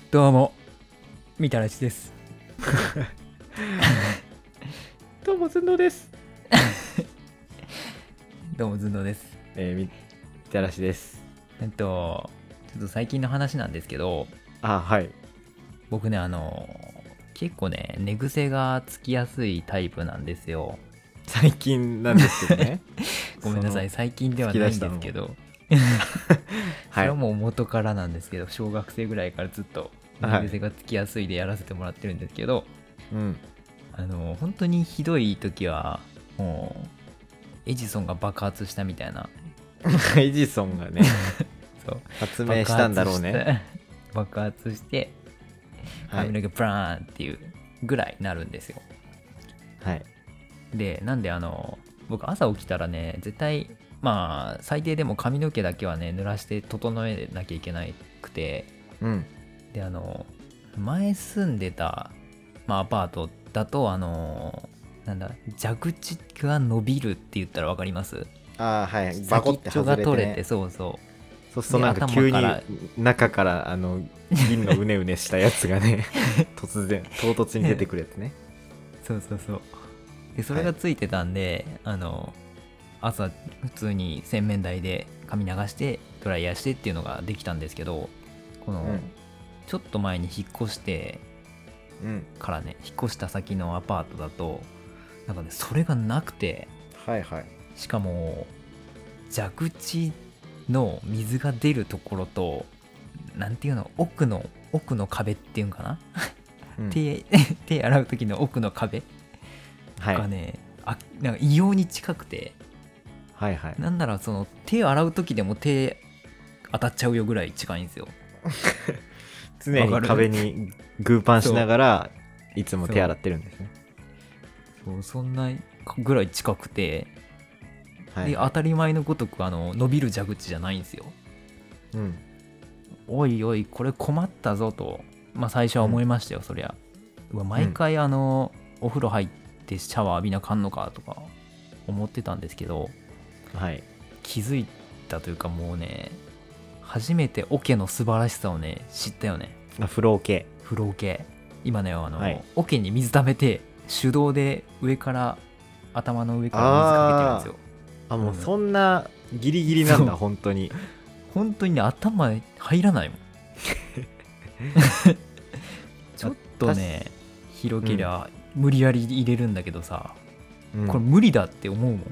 どうも、みたらしです。 どうもずんどうです。 どうも、ずんどうです。 みたらしです。 ちょっと最近の話なんですけど、 はい。 僕ね、結構ね、寝癖がつきやすいタイプなんですよ。 最近なんですけどね。 ごめんなさい、最近ではないんですけど、そはい。 れはもう元からなんですけど、小学生ぐらいからずっと寝癖がつきやすいでやらせてもらってるんですけど、 うん。 本当にひどい時は、もう、エジソンが爆発したみたいな、 エジソンがね、 そう発明したんだろうね。 爆発してはい。 髪の毛ブラーンっていうぐらいになるんですよ。 はい。 で、なんで僕朝起きたらね、絶対まあ最低でも髪の毛だけはね濡らして整えなきゃいけなくて、 うん。 で前住んでた、アパートだとなんだ、蛇口が伸びるって言ったら分かります？ はい。バコ先っちょって外が取れて、 れてね。 そうそそうするうで、 となんか急に頭から中から銀のうねうねしたやつがね、突然、唐突に出てくるやつね。 そうそうそう。で、それはい。 がついてたんで、朝普通に洗面台で髪流してドライヤーしてっていうのができたんですけど、この、 うん。 ちょっと前に引っ越してうん。 からね、引っ越した先のアパートだと、なんかね、それがなくて、 はいはい。 しかも、蛇口の水が出るところと、なんていうの、奥の壁っていうんかな。 うん。 手手洗う時の奥の壁はい。 がね、なんか異様に近くて、 はいはい。 なんならその手洗う時でも手当たっちゃうよぐらい近いんですよ。 常にわかる？ 壁にグーパンしそうながら、いつも手そう洗ってるんですね。 そう、そんなぐらい近くて、ではいはい。 当たり前のごとく伸びる蛇口じゃないんですよ。 うん。 おいおいこれ困ったぞと、最初はうん。 思いましたよ。そりゃ毎うん。 回お風呂入ってシャワー浴びなかんのかとか思ってたんですけど、 はい。 気づいたというか、もうね、初めて桶の素晴らしさをね知ったよね。 風呂桶。 風呂桶、今ねはい。 桶に水溜めて手動で頭の上から水かけてるんですあよ。 もううん、 そんなギリギリなんだ、 そう、 本当に。 本当にね、頭入らないもん。ちょあ、 っとね、広うん。 けりゃ無理やり入れるんだけどさ、これうん。 無理だって思うもん。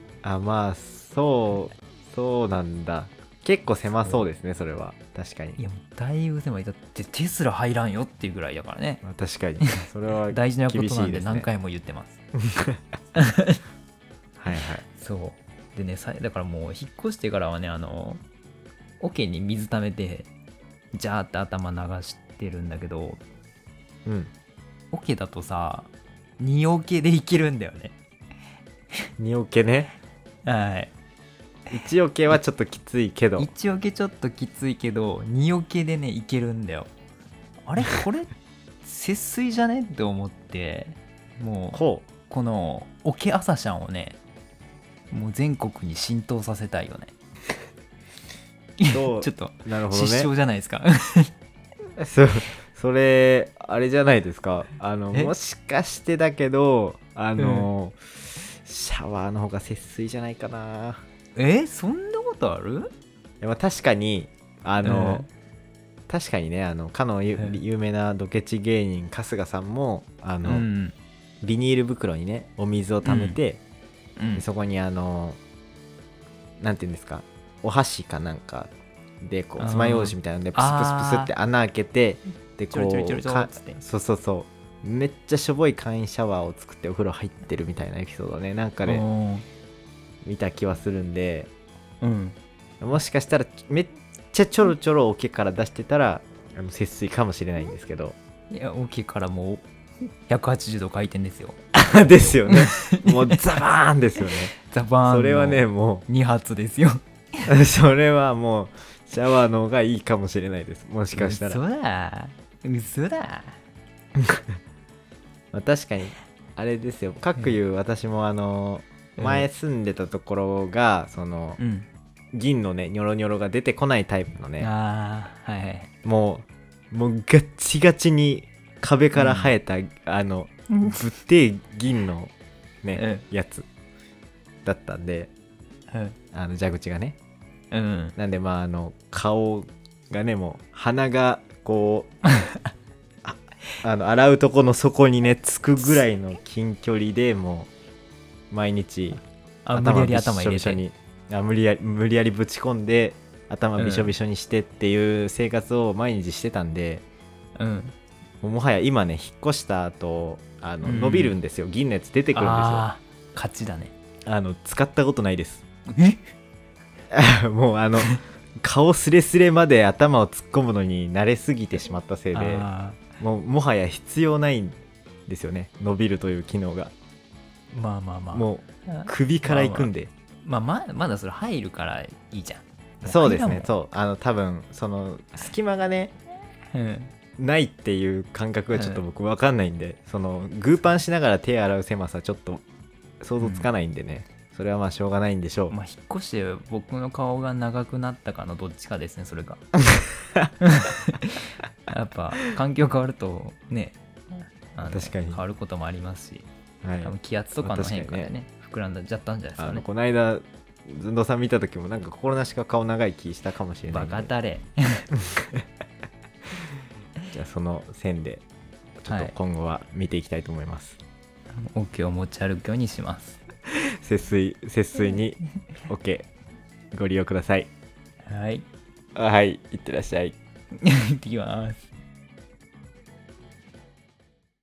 そうなんだ。結構狭そう、 そうですね、それは。確かに。 いや、もうだいぶ狭い。だって手すら入らんよっていうぐらいだからね。 確かに。それは大事なこ厳となんしいですね。 で何回も言ってます。 はいはい。 そうでね、だからもう引っ越してからはね、桶に水溜めてジャーって頭流してるんだけど、 うん。 桶だとさ、2桶でいけるんだよね。 二桶ね。 はい。 一桶はちょっときついけど。 1桶ちょっときついけど、2桶でねいけるんだよ。あれこれ節水じゃねって思って、もうほこの桶朝シャンをね、もう全国に浸透させたいよね。 う。 ちょっとなるほどね。 失笑じゃないですか。 そそれあれじゃないですか。 え、 もしかしてだけど、 うん、 シャワーの方が節水じゃないかな。 そんなことある？ でも確かに、あのうん確かにね、かの有名なドケチ芸人春日さんも、 うんビニール袋にねお水をうん溜めて、 うんでそこになんていうんですか、お箸かなんかでこう爪楊枝あみたいなのでプスプスプスっあて穴開けて、でー、ちょろちょろちょろちょろっつって。 そうそうそう、めっちゃしょぼい簡易シャワーを作ってお風呂入ってるみたいなエピソードをね、なんかおでー、 見た気はするんで、 うん。 もしかしたらめっちゃちょろちょろ桶から出してたら節水かもしれないんですけど。 いや、大きいからもう180度回転ですよ。 ですよね。もうザバーンですよね。 ザバーそれはンのね、も 2発ですよ。 うそれはもうシャワーの方がいいかもしれないです、もしかしたら。 嘘だ。嘘だ。 確かにあれですよ、かくいう私もうん。 前住んでたところがそのうん。 銀のねニョロニョロが出てこないタイプのね、 ああ、はいはい。 ももうガッチガチに壁から生えた、ぶってえ銀のね、やつだったんで、蛇口がね、なんでまあ顔がね、もう鼻がこう洗うとこの底にねつくぐらいの近距離で、もう毎日無理やり頭入れてに無理やりぶち込んで頭びしょびしょにしてっていう生活を毎日してたんで、もはや今ね引っ越した後伸びるんですよ、銀のやつ出てくるんですよ。 勝ちだね。 使ったことないです。もう顔スレスレまで頭を突っ込むのに慣れすぎてしまったせいで、もはや必要ないんですよね、伸びるという機能が。もう首からいくんで、 まだそれ入るからいいじゃん。 そうですね、そう多分その隙間がね、ないっていう感覚がちょっと僕分かんないんで、そのグーパンしながら手洗う狭さちょっと想像つかないんでね、それはまあしょうがないんでしょう。 引っ越して僕の顔が長くなったかのどっちかですね、それが。やっぱ環境変わるとね、 確かに変わることもありますし、 多分気圧とかの変化でね、膨らんじゃったんじゃないですかね。 この間ずんどうさん見た時もなんか心なしか顔長い気したかもしれない。 バカだれ。 じゃあその線でちょっと今後は見ていきたいと思います。 OK を持ち歩くようにします。 節水に OK ご利用ください。 はい、 いってらっしゃい。 行ってきます。